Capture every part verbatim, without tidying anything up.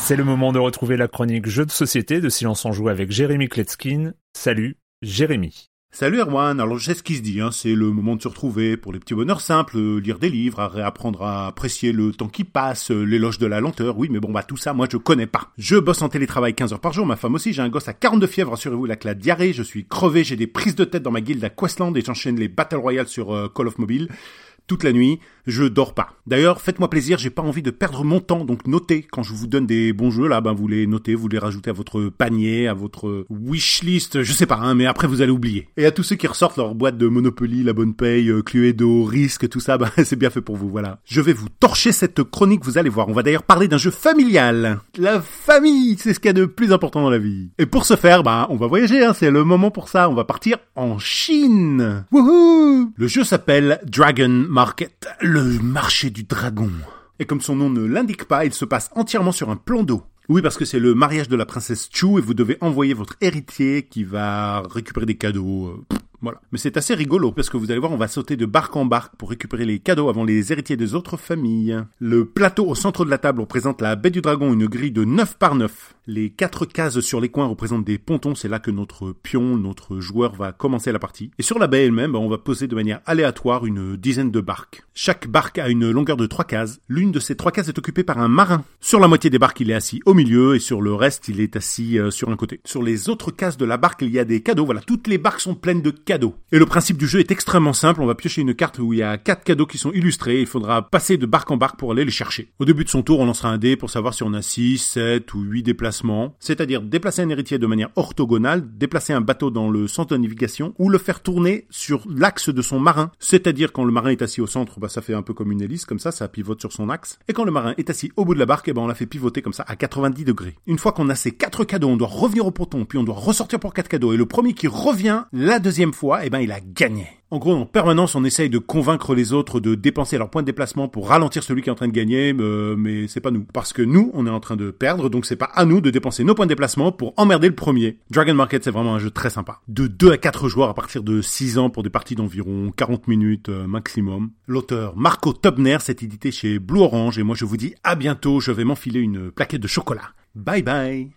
C'est le moment de retrouver la chronique Jeux de société de Silence on Joue avec Jérémy Kletzkin. Salut, Jérémy. Salut Erwan, alors je sais ce qui se dit, hein, c'est le moment de se retrouver pour les petits bonheurs simples, lire des livres, à réapprendre à apprécier le temps qui passe, l'éloge de la lenteur, oui mais bon bah tout ça moi je connais pas. Je bosse en télétravail quinze heures par jour, ma femme aussi, j'ai un gosse à quarante-deux fièvres, rassurez-vous, il a que la diarrhée, je suis crevé, j'ai des prises de tête dans ma guilde à Questland et j'enchaîne les Battle Royale sur euh, Call of Mobile. Toute la nuit, je dors pas. D'ailleurs, faites-moi plaisir, j'ai pas envie de perdre mon temps, donc notez. Quand je vous donne des bons jeux, là, ben vous les notez, vous les rajoutez à votre panier, à votre wishlist, je sais pas, hein, mais après vous allez oublier. Et à tous ceux qui ressortent leur boîte de Monopoly, La Bonne Paye, euh, Cluedo, Risque, tout ça, ben c'est bien fait pour vous, voilà. Je vais vous torcher cette chronique, vous allez voir. On va d'ailleurs parler d'un jeu familial. La famille, c'est ce qu'il y a de plus important dans la vie. Et pour ce faire, ben on va voyager, hein, c'est le moment pour ça. On va partir en Chine. Wouhou! Le jeu s'appelle Dragon Market, le marché du dragon. Et comme son nom ne l'indique pas, il se passe entièrement sur un plan d'eau. Oui, parce que c'est le mariage de la princesse Chu et vous devez envoyer votre héritier qui va récupérer des cadeaux. Euh, pff, voilà. Mais c'est assez rigolo parce que vous allez voir, on va sauter de barque en barque pour récupérer les cadeaux avant les héritiers des autres familles. Le plateau au centre de la table représente la baie du dragon, une grille de neuf par neuf. Les quatre cases sur les coins représentent des pontons, c'est là que notre pion, notre joueur va commencer la partie. Et sur la baie elle-même, on va poser de manière aléatoire une dizaine de barques. Chaque barque a une longueur de trois cases. L'une de ces trois cases est occupée par un marin. Sur la moitié des barques, il est assis au milieu et sur le reste, il est assis euh, sur un côté. Sur les autres cases de la barque, il y a des cadeaux. Voilà, toutes les barques sont pleines de cadeaux. Et le principe du jeu est extrêmement simple. On va piocher une carte où il y a quatre cadeaux qui sont illustrés. Il faudra passer de barque en barque pour aller les chercher. Au début de son tour, on lancera un dé pour savoir si on a six, sept ou huit déplacements. C'est-à-dire déplacer un héritier de manière orthogonale, déplacer un bateau dans le centre de navigation ou le faire tourner sur l'axe de son marin. C'est-à-dire quand le marin est assis au centre, bah ça fait un peu comme une hélice, comme ça, ça pivote sur son axe. Et quand le marin est assis au bout de la barque, eh ben on la fait pivoter comme ça à quatre-vingt-dix degrés. Une fois qu'on a ces quatre cadeaux, on doit revenir au ponton, puis on doit ressortir pour quatre cadeaux. Et le premier qui revient la deuxième fois, eh ben il a gagné. En gros, en permanence, on essaye de convaincre les autres de dépenser leur point de déplacement pour ralentir celui qui est en train de gagner, euh, mais c'est pas nous. Parce que nous, on est en train de perdre, donc c'est pas à nous de dépenser nos points de déplacement pour emmerder le premier. Dragon Market, c'est vraiment un jeu très sympa. De deux à quatre joueurs à partir de six ans pour des parties d'environ quarante minutes euh, maximum. L'auteur Marco Tobner, c'est édité chez Blue Orange, et moi je vous dis à bientôt, je vais m'enfiler une plaquette de chocolat. Bye bye!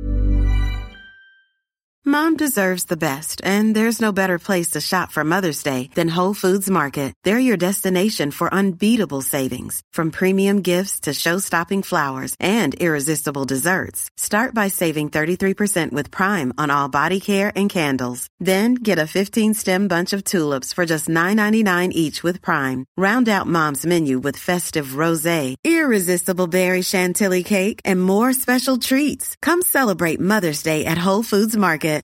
Mom deserves the best, and there's no better place to shop for Mother's Day than Whole Foods Market. They're your destination for unbeatable savings, from premium gifts to show-stopping flowers and irresistible desserts. Start by saving thirty-three percent with Prime on all body care and candles. Then get a fifteen-stem bunch of tulips for just nine ninety-nine each with Prime. Round out Mom's menu with festive rosé, irresistible berry chantilly cake, and more special treats. Come celebrate Mother's Day at Whole Foods Market.